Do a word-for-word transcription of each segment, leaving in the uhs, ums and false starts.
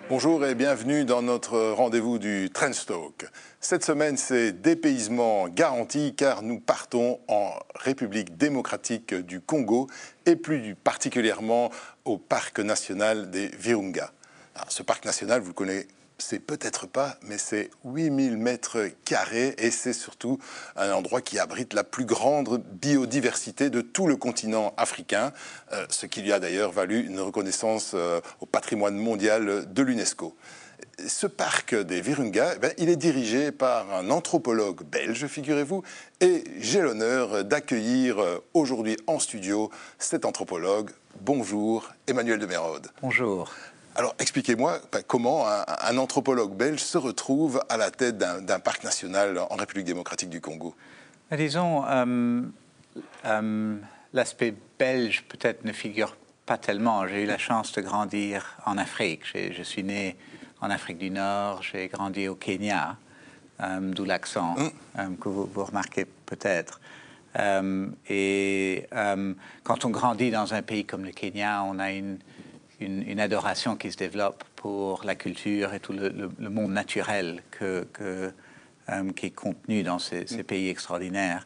Bonjour et bienvenue dans notre rendez-vous du Trendstalk. Cette semaine, c'est dépaysement garanti car nous partons en République démocratique du Congo et plus particulièrement au parc national des Virunga. Alors, ce parc national, vous le connaissez peut-être pas, mais c'est huit mille mètres carrés et c'est surtout un endroit qui abrite la plus grande biodiversité de tout le continent africain, euh, ce qui lui a d'ailleurs valu une reconnaissance euh, au patrimoine mondial de l'UNESCO. Ce parc des Virunga, eh bien, il est dirigé par un anthropologue belge, figurez-vous, et j'ai l'honneur d'accueillir aujourd'hui en studio cet anthropologue. Bonjour, Emmanuel de Mérode. Bonjour. Alors, expliquez-moi ben, comment un, un anthropologue belge se retrouve à la tête d'un parc national en République démocratique du Congo. Mais disons, euh, euh, l'aspect belge peut-être ne figure pas tellement. J'ai eu la chance de grandir en Afrique. Je suis né en Afrique du Nord, j'ai grandi au Kenya, euh, d'où l'accent mmh. euh, que vous, vous remarquez peut-être. Euh, et euh, quand on grandit dans un pays comme le Kenya, on a une Une, une adoration qui se développe pour la culture et tout le, le, le monde naturel que, que, euh, qui est contenu dans ces, ces pays extraordinaires.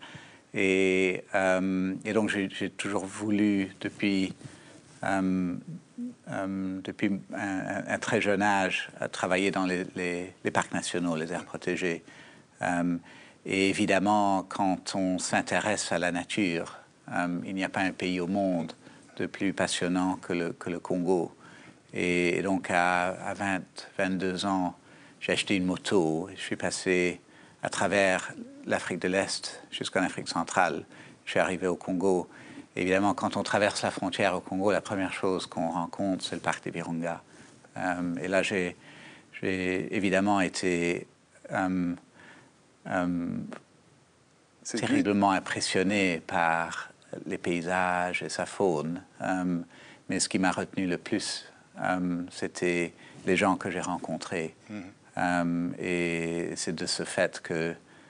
Et, euh, et donc, j'ai toujours voulu, depuis, euh, euh, depuis un, un très jeune âge, travailler dans les, les, les parcs nationaux, les aires protégées. Euh, et évidemment, quand on s'intéresse à la nature, euh, il n'y a pas un pays au monde de plus passionnant que le, que le Congo. Et donc, à, à vingt, vingt-deux ans, j'ai acheté une moto. Je suis passé à travers l'Afrique de l'Est jusqu'en Afrique centrale. Je suis arrivé au Congo. Et évidemment, quand on traverse la frontière au Congo, la première chose qu'on rencontre, c'est le parc des Virunga. Euh, et là, j'ai évidemment été euh, euh, terriblement impressionné par les paysages et sa faune. Euh, mais ce qui m'a retenu le plus, euh, c'était les gens que j'ai rencontrés. Mmh. Euh, et c'est de ce fait que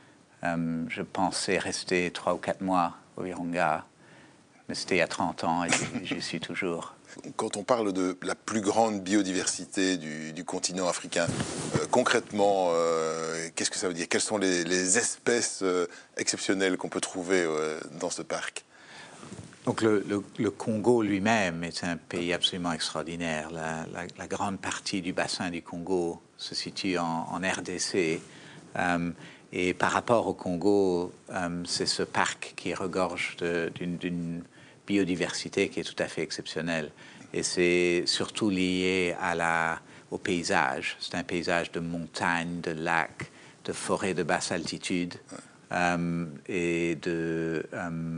euh, je pensais rester trois ou quatre mois au Virunga. Mais c'était il y a trente ans et j'y suis toujours. Quand on parle de la plus grande biodiversité du, du continent africain, euh, concrètement, euh, qu'est-ce que ça veut dire? Quelles sont les, les espèces euh, exceptionnelles qu'on peut trouver euh, dans ce parc? Donc le, le, le Congo lui-même est un pays absolument extraordinaire. La, la, la grande partie du bassin du Congo se situe en, en R D C. Euh, et par rapport au Congo, euh, c'est ce parc qui regorge d'une biodiversité qui est tout à fait exceptionnelle. Et c'est surtout lié à la, au paysage. C'est un paysage de montagnes, de lacs, de forêts de basse altitude euh, et de... Euh,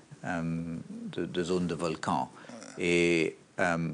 Euh, de, de zones de volcans. Et euh,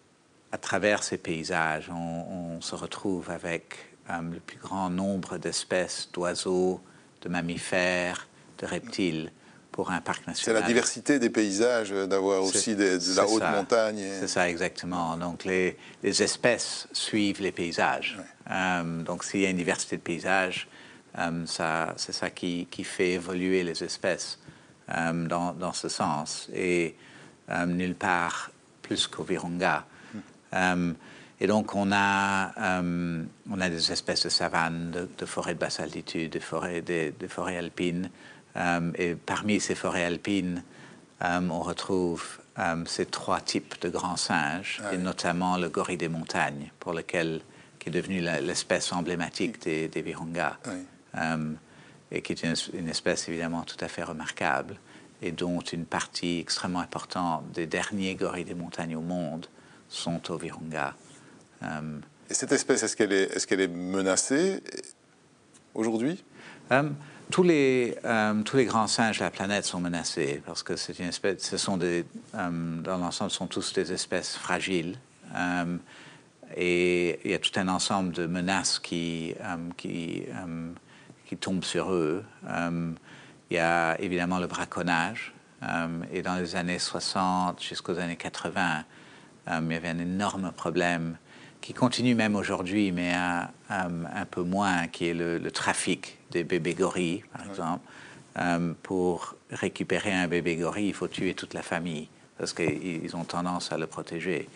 à travers ces paysages, on, on se retrouve avec euh, le plus grand nombre d'espèces d'oiseaux, de mammifères, de reptiles pour un parc national. C'est la diversité des paysages, d'avoir aussi des, de la haute ça. montagne. Et... C'est ça, exactement. Donc les, les espèces suivent les paysages. Ouais. Euh, donc s'il y a une diversité de paysages, euh, c'est ça qui, qui fait évoluer les espèces. Euh, dans, dans ce sens, et euh, nulle part plus qu'au Virunga. Mm. Euh, et donc, on a, euh, on a des espèces de savanes, de, de forêts de basse altitude, de forêts, de, de forêts alpines. Euh, et parmi ces forêts alpines, euh, on retrouve euh, ces trois types de grands singes, ah, et oui. notamment le gorille des montagnes, pour lequel, qui est devenu l'espèce emblématique des, des Virunga. Oui. Euh, et qui est une, une espèce évidemment tout à fait remarquable et dont une partie extrêmement importante des derniers gorilles des montagnes au monde sont au Virunga. Um, et cette espèce, est-ce qu'elle est, est-ce qu'elle est menacée aujourd'hui? um, tous, les, um, tous les grands singes de la planète sont menacés parce que c'est une espèce, ce sont des, um, dans l'ensemble, sont tous des espèces fragiles. Um, et il y a tout un ensemble de menaces qui... Um, qui um, qui tombent sur eux. Euh, il y a évidemment le braconnage. Euh, et dans les années soixante jusqu'aux années quatre-vingts, euh, il y avait un énorme problème qui continue même aujourd'hui, mais un, un, un peu moins, qui est le, le trafic des bébés gorilles, par exemple. Euh, pour récupérer un bébé gorille, il faut tuer toute la famille, parce qu'ils ont tendance à le protéger.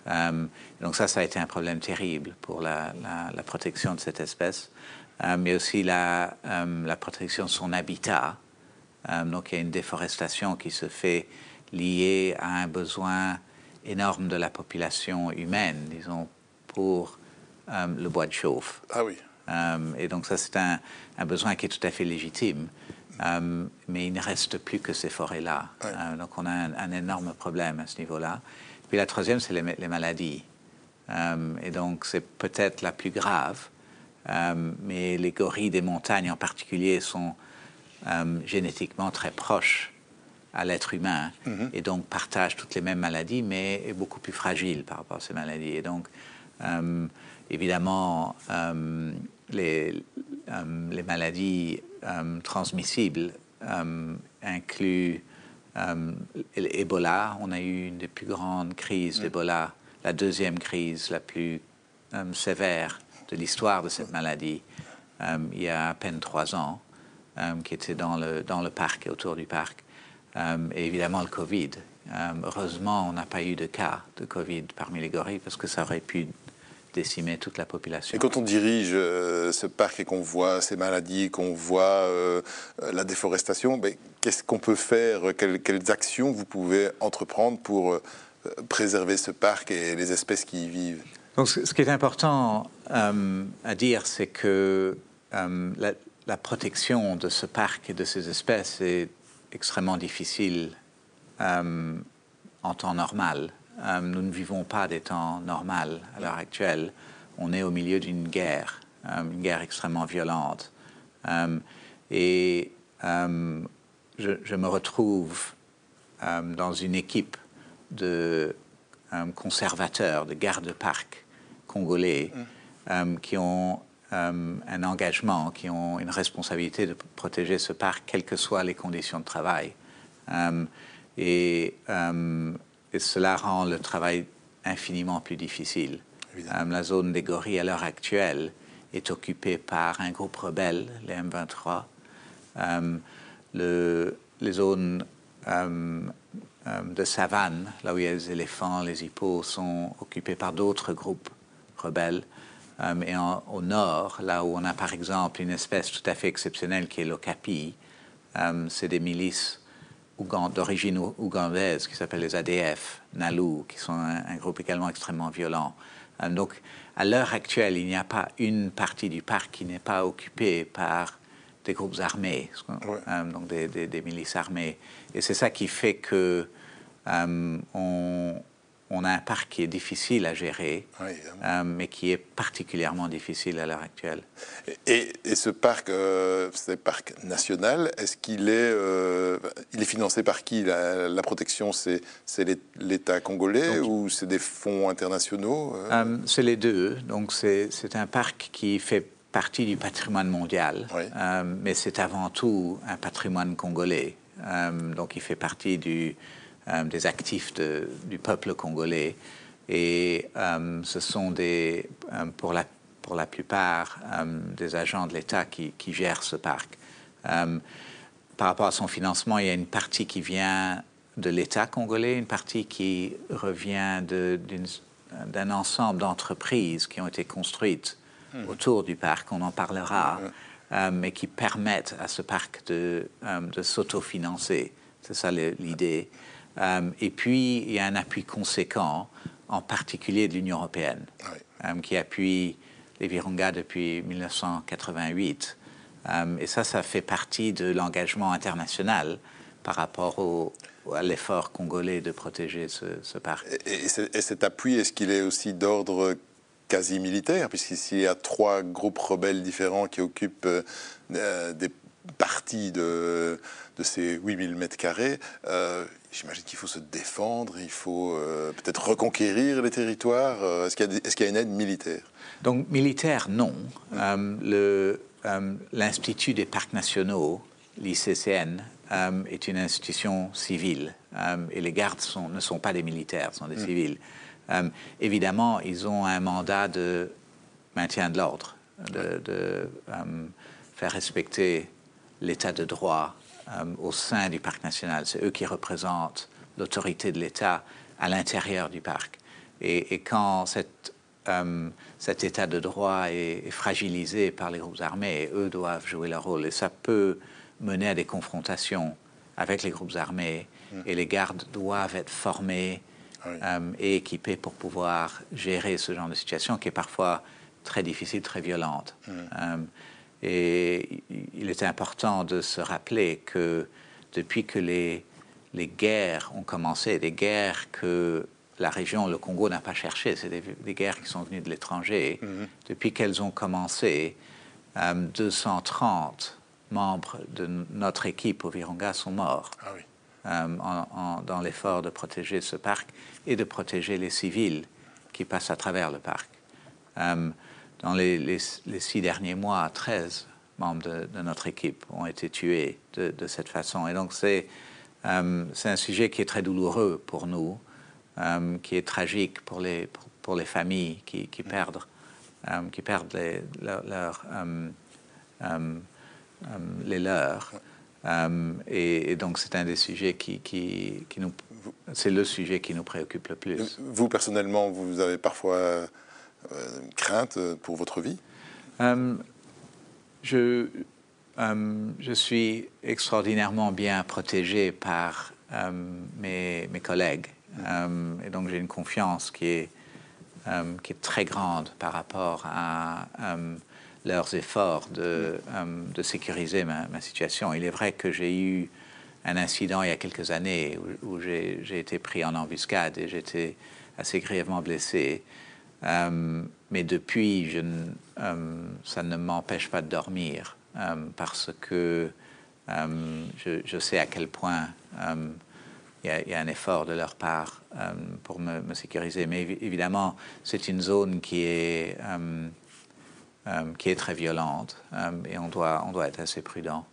Euh, donc ça, ça a été un problème terrible pour la, la, la protection de cette espèce, euh, mais aussi la, euh, la protection de son habitat. Euh, donc il y a une déforestation qui se fait liée à un besoin énorme de la population humaine, disons, pour euh, le bois de chauffe. Ah oui. Euh, et donc ça, c'est un, un besoin qui est tout à fait légitime. Euh, mais il ne reste plus que ces forêts-là. Ouais. Euh, donc on a un, un énorme problème à ce niveau-là. Puis la troisième, c'est les, les maladies. Euh, et donc c'est peut-être la plus grave. Euh, mais les gorilles des montagnes en particulier sont euh, génétiquement très proches à l'être humain, mm-hmm. et donc partagent toutes les mêmes maladies, mais est beaucoup plus fragile par rapport à ces maladies. Et donc, euh, évidemment, euh, les, euh, les maladies euh, transmissibles euh, incluent euh, l'Ebola. On a eu une des plus grandes crises mm. d'Ebola, la deuxième crise la plus euh, sévère de l'histoire de cette maladie, euh, il y a à peine trois ans, euh, qui était dans le, dans le parc et autour du parc. Euh, et évidemment le Covid. Euh, heureusement, on n'a pas eu de cas de Covid parmi les gorilles parce que ça aurait pu décimer toute la population. Et quand on dirige euh, ce parc et qu'on voit ces maladies, qu'on voit euh, la déforestation, ben, qu'est-ce qu'on peut faire? Quelles, quelles actions vous pouvez entreprendre pour euh, préserver ce parc et les espèces qui y vivent? Donc, ce, ce qui est important euh, à dire, c'est que euh, la, la protection de ce parc et de ces espèces est extrêmement difficile euh, en temps normal. Euh, nous ne vivons pas des temps normaux à l'heure actuelle. On est au milieu d'une guerre, euh, une guerre extrêmement violente. Euh, et euh, je, je me retrouve euh, dans une équipe de euh, conservateurs, de gardes-parcs congolais mmh. euh, qui ont Euh, un engagement, qui ont une responsabilité de protéger ce parc, quelles que soient les conditions de travail. Euh, et, euh, et cela rend le travail infiniment plus difficile. Euh, la zone des gorilles, à l'heure actuelle, est occupée par un groupe rebelle, les M vingt-trois. Euh, le, les zones euh, euh, de savane, là où il y a les éléphants, les hippos, sont occupées par d'autres groupes rebelles. Um, et en, au nord, là où on a par exemple une espèce tout à fait exceptionnelle qui est l'okapi, um, c'est des milices d'origine ougandaise qui s'appellent les A D F, Nalu, qui sont un, un groupe également extrêmement violent. Um, donc, à l'heure actuelle, il n'y a pas une partie du parc qui n'est pas occupée par des groupes armés, ouais. um, donc des, des, des milices armées. Et c'est ça qui fait que um, on On a un parc qui est difficile à gérer, oui, euh, mais qui est particulièrement difficile à l'heure actuelle. Et, et ce parc, euh, c'est parc national, est-ce qu'il est, euh, il est financé par qui? La, la protection, c'est l'État congolais donc, ou c'est des fonds internationaux? euh... euh, C'est les deux. Donc c'est un parc qui fait partie du patrimoine mondial, oui. euh, mais c'est avant tout un patrimoine congolais. Euh, donc il fait partie du... Euh, des actifs de, du peuple congolais. Et euh, ce sont des, euh, pour, la, pour la plupart euh, des agents de l'État qui, qui gèrent ce parc. Euh, par rapport à son financement, il y a une partie qui vient de l'État congolais, une partie qui revient d'un ensemble d'entreprises qui ont été construites mmh. autour du parc, on en parlera, mmh. euh, mais qui permettent à ce parc de, euh, de s'autofinancer. C'est ça l'idée. Euh, et puis, il y a un appui conséquent, en particulier de l'Union européenne, oui. euh, qui appuie les Virunga depuis mille neuf cent quatre-vingt-huit. Euh, et ça, ça fait partie de l'engagement international par rapport au, à l'effort congolais de protéger ce, ce parc. Et, et, et cet appui, est-ce qu'il est aussi d'ordre quasi militaire, puisqu'ici, il y a trois groupes rebelles différents qui occupent euh, des parties de, de ces huit mille mètres carrés. Euh, J'imagine qu'il faut se défendre, il faut euh, peut-être reconquérir les territoires. Euh, Est-ce qu'il y, est qu'il y a une aide militaire? Donc, militaire, non. Mmh. Euh, L'Institut euh, des parcs nationaux, l'I C C N, euh, est une institution civile. Euh, et les gardes sont, ne sont pas des militaires, sont des mmh. civils. Euh, évidemment, ils ont un mandat de maintien de l'ordre, de, de euh, faire respecter l'état de droit Euh, au sein du parc national. C'est eux qui représentent l'autorité de l'État à l'intérieur du parc. et, et quand cette, euh, cet état de droit est, est fragilisé par les groupes armés, eux doivent jouer leur rôle. Et ça peut mener à des confrontations avec les groupes armés. Mmh. Et les gardes doivent être formés ah oui. euh, et équipés pour pouvoir gérer ce genre de situation qui est parfois très difficile, très violente. Mmh. Euh, et il était important de se rappeler que depuis que les, les guerres ont commencé, des guerres que la région, le Congo n'a pas cherché, c'est des, des guerres qui sont venues de l'étranger, mmh. depuis qu'elles ont commencé, euh, deux cent trente membres de notre équipe au Virunga sont morts ah oui. euh, en, en, dans l'effort de protéger ce parc et de protéger les civils qui passent à travers le parc. Euh, dans les, les, les six derniers mois, treize membres de, de notre équipe ont été tués de, de cette façon. Et donc c'est euh, c'est un sujet qui est très douloureux pour nous, euh, qui est tragique pour les, pour, pour les familles qui, qui, perdent, euh, qui perdent les, leur, leur, euh, euh, Um, les leurs. Um, et, et donc, c'est un des sujets qui, qui, qui nous... C'est le sujet qui nous préoccupe le plus. Vous, personnellement, vous avez parfois euh, crainte pour votre vie? um, je, um, je suis extraordinairement bien protégé par um, mes, mes collègues. Um, et donc, j'ai une confiance qui est, um, qui est très grande par rapport à... Um, leurs efforts de, um, de sécuriser ma, ma situation. Il est vrai que j'ai eu un incident il y a quelques années où, où j'ai été pris en embuscade et j'étais assez grièvement blessé. Um, mais depuis, je, um, ça ne m'empêche pas de dormir um, parce que um, je, je sais à quel point um, il, y a, il y a un effort de leur part um, pour me, me sécuriser. Mais évidemment, c'est une zone qui est... Um, Um, qui est très violente um, et on doit, on doit être assez prudent.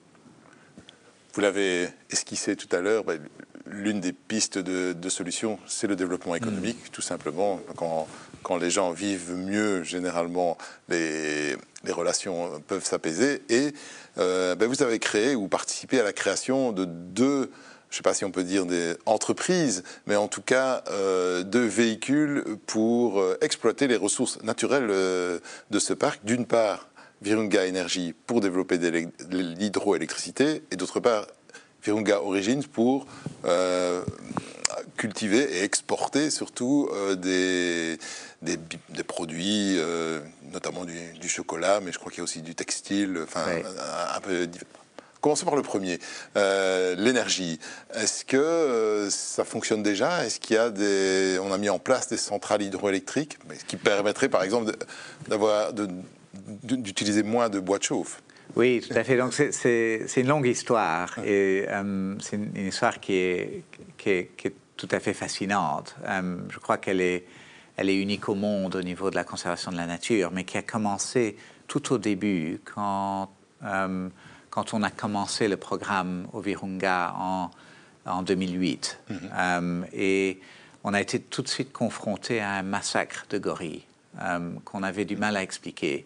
Vous l'avez esquissé tout à l'heure, ben, l'une des pistes de, de solution, c'est le développement économique, mmh. tout simplement. Quand, quand les gens vivent mieux, généralement, les, les relations peuvent s'apaiser. Et euh, ben, vous avez créé ou participé à la création de deux... je ne sais pas si on peut dire des entreprises, mais en tout cas euh, deux véhicules pour euh, exploiter les ressources naturelles euh, de ce parc. D'une part, Virunga Energy pour développer de l'hydroélectricité, et d'autre part, Virunga Origins pour euh, cultiver et exporter surtout euh, des, des, des produits, euh, notamment du, du chocolat, mais je crois qu'il y a aussi du textile, enfin oui. un, un peu différent. Commençons par le premier, euh, l'énergie. Est-ce que euh, ça fonctionne déjà? Est-ce qu'il y a des... On a mis en place des centrales hydroélectriques, ce qui permettrait, par exemple, d'avoir, de, d'utiliser moins de bois de chauffe? Oui, tout à fait. Donc, c'est une longue histoire. Et euh, c'est une, une histoire qui est, qui, est, qui est tout à fait fascinante. Euh, je crois qu'elle est, elle est unique au monde au niveau de la conservation de la nature, mais qui a commencé tout au début, quand... Euh, quand on a commencé le programme au Virunga en, en deux mille huit. Mm-hmm. um, et on a été tout de suite confronté à un massacre de gorilles um, qu'on avait du mal à expliquer.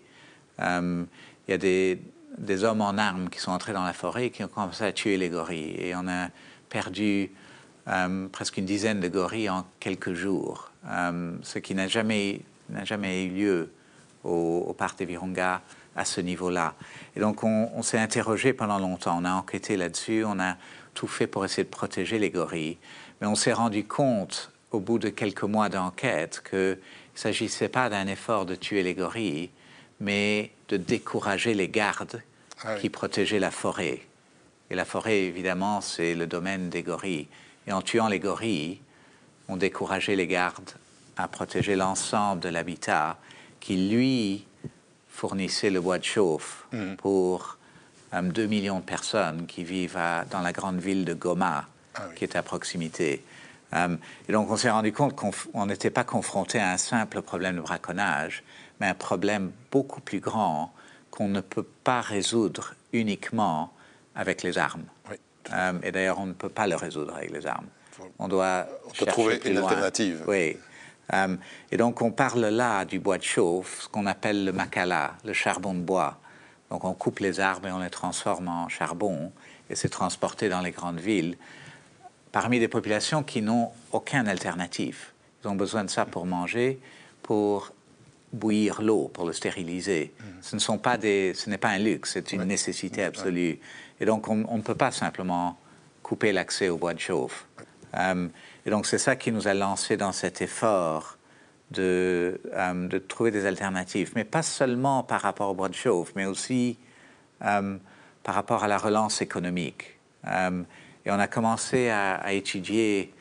Um, il y a des, des hommes en armes qui sont entrés dans la forêt et qui ont commencé à tuer les gorilles. Et on a perdu um, presque une dizaine de gorilles en quelques jours, um, ce qui n'a jamais, n'a jamais eu lieu au, au parc des Virunga à ce niveau-là. Et donc, on, on s'est interrogé pendant longtemps. On a enquêté là-dessus. On a tout fait pour essayer de protéger les gorilles. Mais on s'est rendu compte, au bout de quelques mois d'enquête, qu'il ne s'agissait pas d'un effort de tuer les gorilles, mais de décourager les gardes ah oui. qui protégeaient la forêt. Et la forêt, évidemment, c'est le domaine des gorilles. Et en tuant les gorilles, on décourageait les gardes à protéger l'ensemble de l'habitat qui, lui, fournissait le bois de chauffe mmh. pour um, deux millions de personnes qui vivent à, dans la grande ville de Goma, ah oui. qui est à proximité. Um, et donc, on s'est rendu compte qu'on n'était pas confronté à un simple problème de braconnage, mais un problème beaucoup plus grand qu'on ne peut pas résoudre uniquement avec les armes. Oui. Um, et d'ailleurs, on ne peut pas le résoudre avec les armes. Faut, on doit on peut trouver une loin. alternative. Oui. Um, et donc, on parle là du bois de chauffe, ce qu'on appelle le makala, le charbon de bois. Donc, on coupe les arbres et on les transforme en charbon, et c'est transporté dans les grandes villes, parmi des populations qui n'ont aucune alternative. Ils ont besoin de ça pour manger, pour bouillir l'eau, pour le stériliser. Mmh. Ce ne sont pas des, ce n'est pas un luxe, c'est une ouais. nécessité absolue. Ouais. Et donc, on, on ne peut pas simplement couper l'accès au bois de chauffe. Ouais. Um, et donc, c'est ça qui nous a lancé dans cet effort de, um, de trouver des alternatives. Mais pas seulement par rapport au bois de chauffe, mais aussi um, par rapport à la relance économique. Um, et on a commencé à, à étudier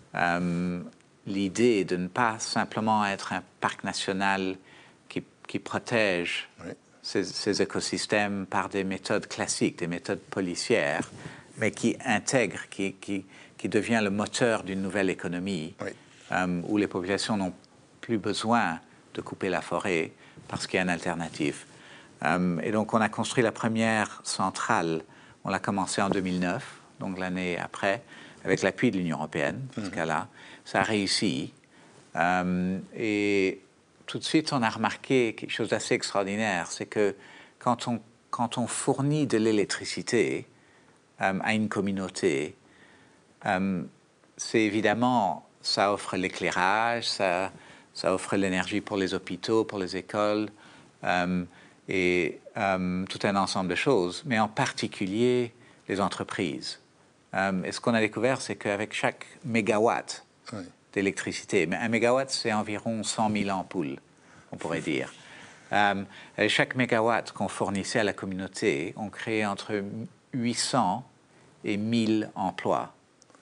um, l'idée de ne pas simplement être un parc national qui, qui protège oui. ces, ces écosystèmes par des méthodes classiques, des méthodes policières, mais qui intègre, qui, qui, qui devient le moteur d'une nouvelle économie oui. um, où les populations n'ont plus besoin de couper la forêt parce qu'il y a une alternative. Um, et donc, on a construit la première centrale. On l'a commencé en deux mille neuf, donc l'année après, avec l'appui de l'Union européenne, dans mmh. ce cas-là. Ça a réussi. Um, et tout de suite, on a remarqué quelque chose d'assez extraordinaire, c'est que quand on, quand on fournit de l'électricité um, à une communauté, um, c'est évidemment, ça offre l'éclairage, ça, ça offre l'énergie pour les hôpitaux, pour les écoles, um, et um, tout un ensemble de choses, mais en particulier les entreprises. Um, et ce qu'on a découvert, c'est qu'avec chaque mégawatt oui. d'électricité, mais un mégawatt, c'est environ cent mille ampoules, on pourrait dire. Um, avec chaque mégawatt qu'on fournissait à la communauté, on créait entre huit cents et mille emplois.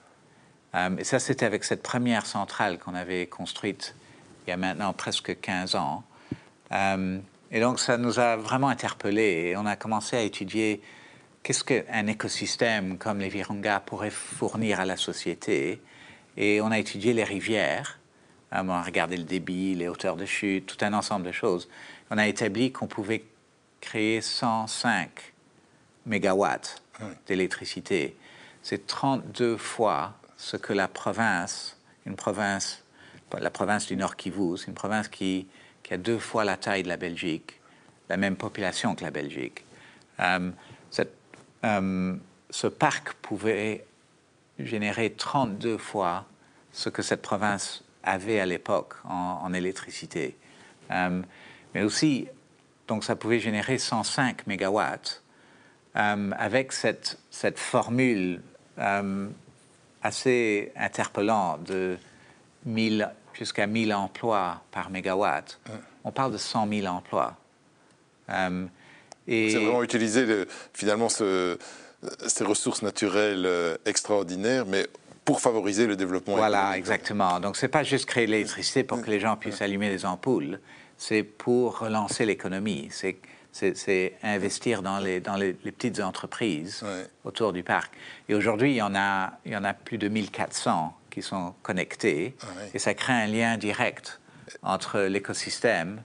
Um, et ça, c'était avec cette première centrale qu'on avait construite il y a maintenant presque quinze ans. Um, et donc, ça nous a vraiment interpellés et on a commencé à étudier qu'est-ce qu'un écosystème comme les Virunga pourrait fournir à la société. Et on a étudié les rivières, on a regardé le débit, les hauteurs de chute, tout un ensemble de choses. On a établi qu'on pouvait créer cent cinq mégawatts oui. d'électricité. C'est trente-deux fois ce que la province, une province, la province du Nord Kivu, c'est une province qui, qui a deux fois la taille de la Belgique, la même population que la Belgique. Um, cette, um, ce parc pouvait générer trente-deux fois ce que cette province avait à l'époque en, en électricité. Um, mais aussi, donc ça pouvait générer cent cinq mégawatts um, avec cette, cette formule um, assez interpellante de mille, jusqu'à mille emplois par mégawatt. Mmh. On parle de cent mille emplois. Um, et c'est vraiment utiliser le, finalement ce, ces ressources naturelles euh, extraordinaires, mais pour favoriser le développement voilà, économique. Exactement. Donc, ce n'est pas juste créer de l'électricité pour que les gens puissent allumer des ampoules, c'est pour relancer l'économie, c'est, c'est, c'est investir dans les, dans les, les petites entreprises ouais. autour du parc. Et aujourd'hui, il y en a, il y en a plus de mille quatre cents qui sont connectés, ouais. et ça crée un lien direct entre l'écosystème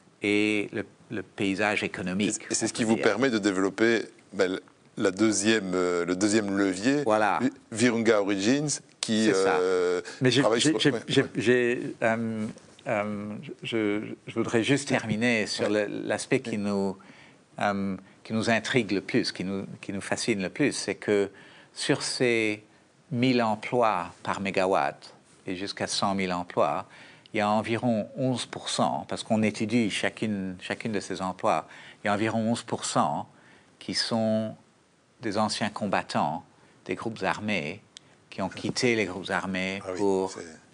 et le, le paysage économique. Et c'est ce qui vous dire. permet de développer ben, la deuxième, euh, le deuxième levier, voilà. Virunga Origins, qui euh, Mais j'ai, travaille j'ai, sur... j'ai, ouais, j'ai, ouais. j'ai, euh, euh, je, je voudrais juste terminer sur ouais. le, l'aspect qui, ouais. nous, euh, qui nous intrigue le plus, qui nous, qui nous fascine le plus, c'est que sur ces mille emplois par mégawatt et jusqu'à cent mille emplois, il y a environ onze pour cent, parce qu'on étudie chacune, chacune de ces emplois, il y a environ onze pour cent qui sont des anciens combattants des groupes armés qui ont quitté les groupes armés ah oui, pour,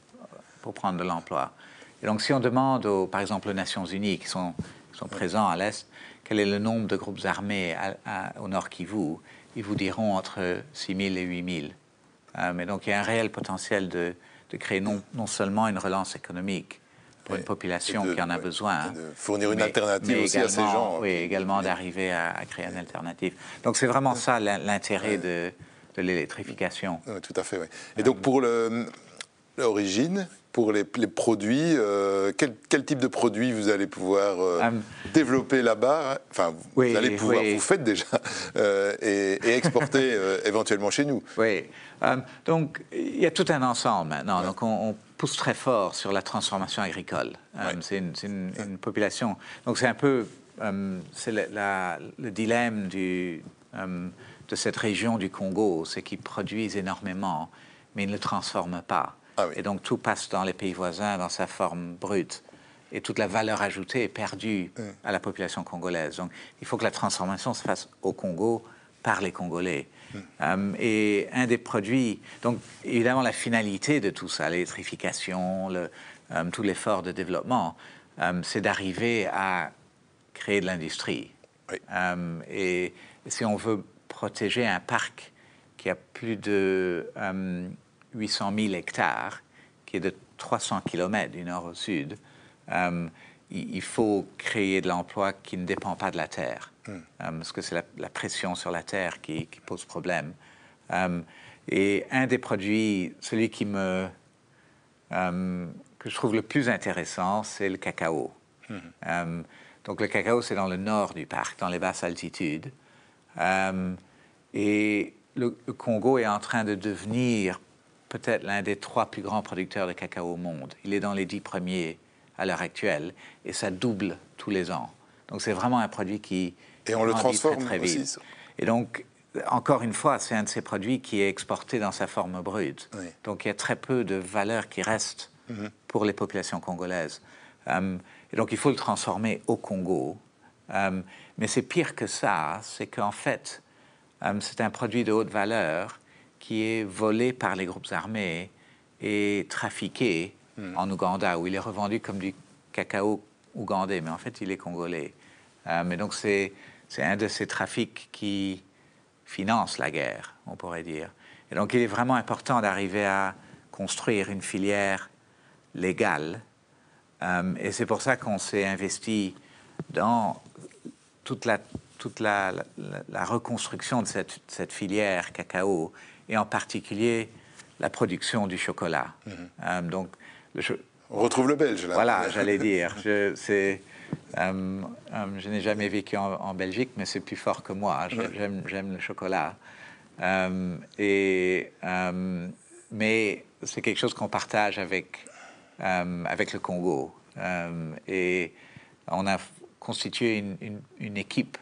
pour prendre de l'emploi. Et donc, si on demande, aux, par exemple, aux Nations Unies, qui sont, qui sont oui. présents à l'Est, quel est le nombre de groupes armés à, à, au Nord Kivu, ils vous diront entre six mille et huit mille. Euh, mais donc, il y a un réel potentiel de, de créer non, non seulement une relance économique pour oui. une population de, qui en a ouais, besoin, de fournir une mais, alternative mais aussi également, à ces gens. Oui, également oui. d'arriver à, à créer une alternative. Donc, c'est vraiment ça l'intérêt oui. de, de l'électrification. Oui, tout à fait, oui. Et donc, pour le, l'origine, pour les, les produits, euh, quel, quel type de produits vous allez pouvoir euh, um, développer là-bas? Enfin, oui, vous allez pouvoir, oui. vous faites déjà, euh, et, et exporter euh, éventuellement chez nous. Oui. Um, donc, il y a tout un ensemble maintenant. Ouais. Donc, on, on pousse très fort sur la transformation agricole. Um, ouais. C'est, une, c'est une, une population. Donc, c'est un peu um, c'est la, la, le dilemme du, um, de cette région du Congo, c'est qu'ils produisent énormément, mais ils ne le transforment pas. Ah oui. Et donc tout passe dans les pays voisins dans sa forme brute. Et toute la valeur ajoutée est perdue mmh. à la population congolaise. Donc il faut que la transformation se fasse au Congo par les Congolais. Mmh. Um, et un des produits... Donc évidemment la finalité de tout ça, l'électrification, le, um, tout l'effort de développement, um, c'est d'arriver à créer de l'industrie. Oui. Um, et si on veut protéger un parc qui a plus de um, huit cent mille hectares, qui est de trois cents kilomètres du nord au sud, um, il, il faut créer de l'emploi qui ne dépend pas de la terre, mm. um, parce que c'est la, la pression sur la terre qui, qui pose problème. Um, et un des produits, celui qui me, um, que je trouve le plus intéressant, c'est le cacao. Mm. Um, donc le cacao, c'est dans le nord du parc, dans les basses altitudes. Um, et le, le Congo est en train de devenir peut-être l'un des trois plus grands producteurs de cacao au monde. Il est dans les dix premiers à l'heure actuelle et ça double tous les ans. Donc c'est vraiment un produit qui et on le transforme très, très vite. Aussi. Et donc, encore une fois, c'est un de ces produits qui est exporté dans sa forme brute. Oui. Donc il y a très peu de valeur qui reste mm-hmm. pour les populations congolaises. Um, et donc il faut le transformer au Congo. Um, mais c'est pire que ça, c'est qu'en fait, um, c'est un produit de haute valeur qui est volé par les groupes armés et trafiqué mm. en Ouganda, où il est revendu comme du cacao ougandais, mais en fait, il est congolais. Euh, mais donc, c'est, c'est un de ces trafics qui finance la guerre, on pourrait dire. Et donc, il est vraiment important d'arriver à construire une filière légale. Euh, et c'est pour ça qu'on s'est investi dans toute la, toute la, la, la reconstruction de cette, cette filière cacao, et en particulier la production du chocolat. Mm-hmm. Euh, donc, le cho- On retrouve le belge, là. Voilà, j'allais dire. Je, c'est, euh, euh, je n'ai jamais vécu en, en Belgique, mais c'est plus fort que moi. J'aime, j'aime le chocolat. Euh, et, euh, mais c'est quelque chose qu'on partage avec, euh, avec le Congo. Euh, et on a constitué une, une, une équipe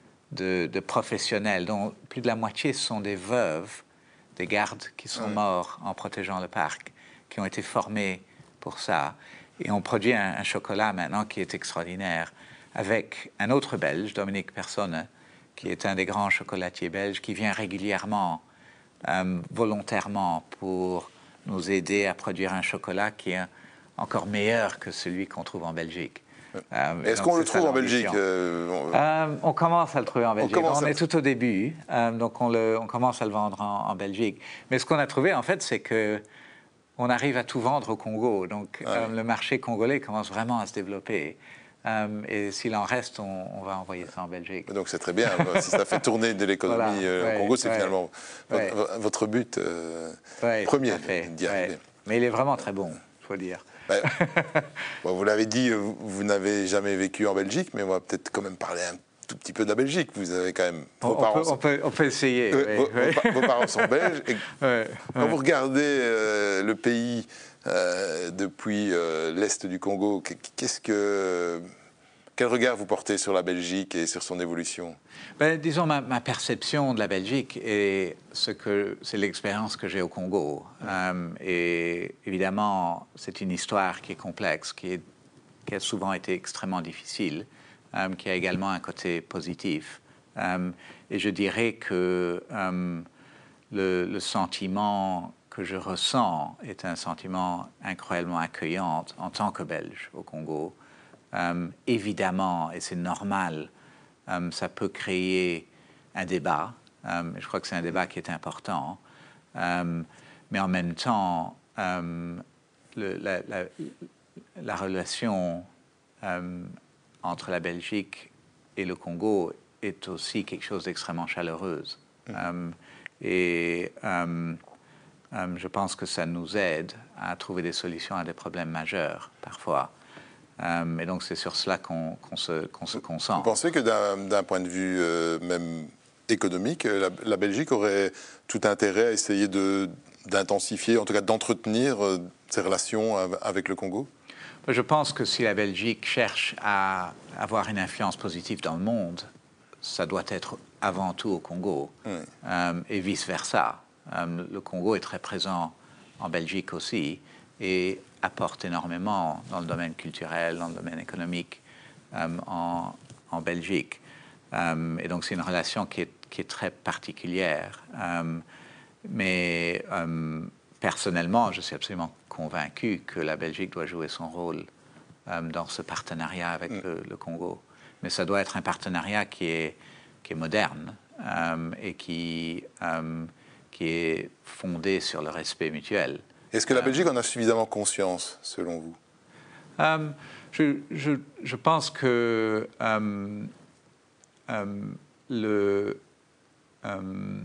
de, de professionnels, dont plus de la moitié sont des veuves, des gardes qui sont oui. morts en protégeant le parc, qui ont été formés pour ça. Et on produit un, un chocolat maintenant qui est extraordinaire, avec un autre Belge, Dominique Persone, qui est un des grands chocolatiers belges, qui vient régulièrement, euh, volontairement, pour nous aider à produire un chocolat qui est encore meilleur que celui qu'on trouve en Belgique. Euh, Est-ce qu'on le trouve en Belgique euh, on... Euh, on commence à le trouver en Belgique. On, on est tout au début, euh, donc on, le, on commence à le vendre en, en Belgique. Mais ce qu'on a trouvé, en fait, c'est que on arrive à tout vendre au Congo. Donc ah, euh, oui. le marché congolais commence vraiment à se développer. Euh, et s'il en reste, on, on va envoyer ça en Belgique. Donc c'est très bien. Si ça fait tourner de l'économie voilà, euh, ouais, au Congo, c'est ouais, finalement ouais. votre, votre but euh, ouais, premier d'y arriver. Ouais. Mais il est vraiment très bon, il faut dire. Ben, bon, vous l'avez dit, vous, vous n'avez jamais vécu en Belgique, mais on va peut-être quand même parler un tout petit peu de la Belgique. Vous avez quand même... Vos on, parents peut, sont... on, peut, on peut essayer. Euh, oui, vos, oui. Vos, vos parents sont belges. Et ouais, quand ouais. vous regardez euh, le pays euh, depuis euh, l'Est du Congo, qu'est-ce que... Quel regard vous portez sur la Belgique et sur son évolution ? Ben, disons, ma, ma perception de la Belgique est ce que c'est l'expérience que j'ai au Congo. Mmh. Um, et évidemment, c'est une histoire qui est complexe, qui, est, qui a souvent été extrêmement difficile, um, qui a également un côté positif. Um, et je dirais que um, le, le sentiment que je ressens est un sentiment incroyablement accueillant en tant que Belge au Congo. Um, évidemment, et c'est normal, um, ça peut créer un débat. Um, je crois que c'est un débat qui est important. Um, mais en même temps, um, le, la, la, la relation um, entre la Belgique et le Congo est aussi quelque chose d'extrêmement chaleureuse. Mmh. Um, et um, um, je pense que ça nous aide à trouver des solutions à des problèmes majeurs, parfois. Um, et donc, c'est sur cela qu'on, qu'on, se, qu'on se concentre. Vous pensez que d'un, d'un point de vue euh, même économique, la, la Belgique aurait tout intérêt à essayer de, d'intensifier, en tout cas d'entretenir euh, ses relations avec le Congo ? Je pense que si la Belgique cherche à avoir une influence positive dans le monde, ça doit être avant tout au Congo, mmh. um, et vice-versa. Um, le Congo est très présent en Belgique aussi. et apporte énormément dans le domaine culturel, dans le domaine économique euh, en, en Belgique. Euh, et donc c'est une relation qui est, qui est très particulière. Euh, mais euh, personnellement, je suis absolument convaincu que la Belgique doit jouer son rôle euh, dans ce partenariat avec mm. le, le Congo. Mais ça doit être un partenariat qui est, qui est moderne euh, et qui, euh, qui est fondé sur le respect mutuel. Est-ce que la Belgique en a suffisamment conscience, selon vous? euh, je, je, je pense que euh, euh, le, euh,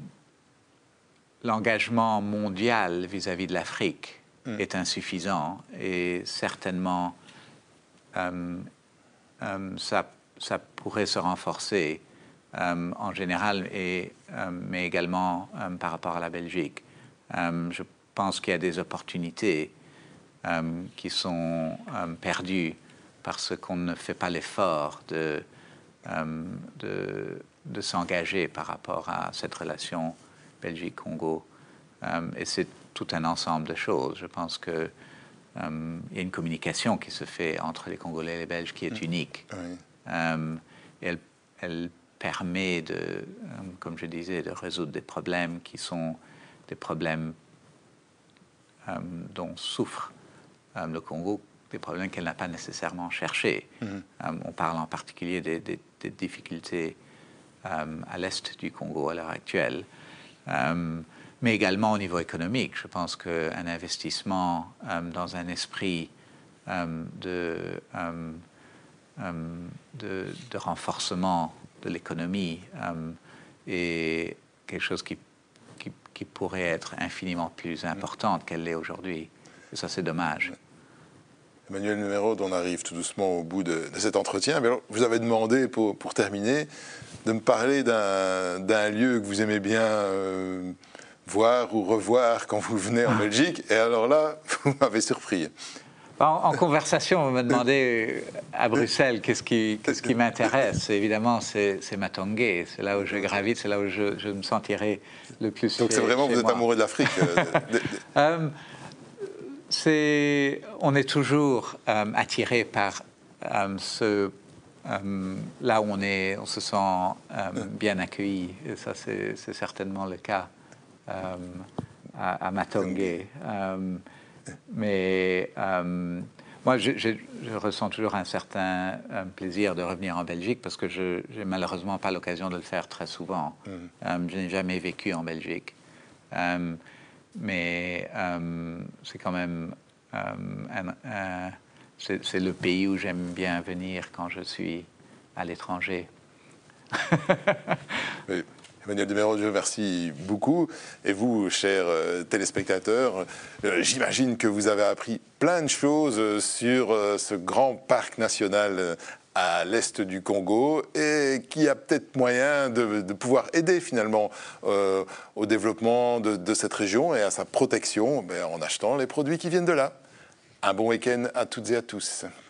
l'engagement mondial vis-à-vis de l'Afrique mm. est insuffisant et certainement euh, euh, ça, ça pourrait se renforcer euh, en général, et, euh, mais également euh, par rapport à la Belgique. Euh, je Je pense qu'il y a des opportunités euh, qui sont euh, perdues parce qu'on ne fait pas l'effort de, euh, de, de s'engager par rapport à cette relation Belgique-Congo. Euh, et c'est tout un ensemble de choses. Je pense qu'il euh, y a une communication qui se fait entre les Congolais et les Belges qui est unique. Oui. Euh, et elle, elle permet, de, euh, comme je disais, de résoudre des problèmes qui sont des problèmes Euh, dont souffre euh, le Congo, des problèmes qu'elle n'a pas nécessairement cherchés. Mm-hmm. euh, on parle en particulier des, des, des difficultés euh, à l'est du Congo à l'heure actuelle, euh, mais également au niveau économique. Je pense qu'un investissement euh, dans un esprit euh, de, euh, euh, de, de renforcement de l'économie euh, est quelque chose qui qui pourrait être infiniment plus importante qu'elle l'est aujourd'hui. Et ça, c'est dommage. Emmanuel Numérode, on arrive tout doucement au bout de, de cet entretien. Mais alors, vous avez demandé, pour, pour terminer, de me parler d'un, d'un lieu que vous aimez bien euh, voir ou revoir quand vous venez en Belgique. Et alors là, vous m'avez surpris. En, en conversation, vous me demandez à Bruxelles qu'est-ce qui, qu'est-ce qui m'intéresse. Évidemment, c'est, c'est Matongé. C'est là où je gravite, c'est là où je, je me sentirai le plus. Donc chez, c'est vraiment, chez vous moi. êtes amoureux de l'Afrique. euh, c'est, on est toujours euh, attiré par euh, ce, euh, là où on est, on se sent euh, bien accueilli. Et ça, c'est, c'est certainement le cas euh, à, à Matongé. Euh, Mais euh, moi, je, je, je ressens toujours un certain un plaisir de revenir en Belgique parce que je n'ai malheureusement pas l'occasion de le faire très souvent. Mm. Euh, je n'ai jamais vécu en Belgique. Euh, mais euh, c'est quand même euh, un, un, c'est, c'est le pays où j'aime bien venir quand je suis à l'étranger. Oui. Emmanuel Numérode, je vous remercie beaucoup. Et vous, chers euh, téléspectateurs, euh, j'imagine que vous avez appris plein de choses sur euh, ce grand parc national euh, à l'est du Congo et qui a peut-être moyen de, de pouvoir aider finalement euh, au développement de, de cette région et à sa protection ben, en achetant les produits qui viennent de là. Un bon week-end à toutes et à tous.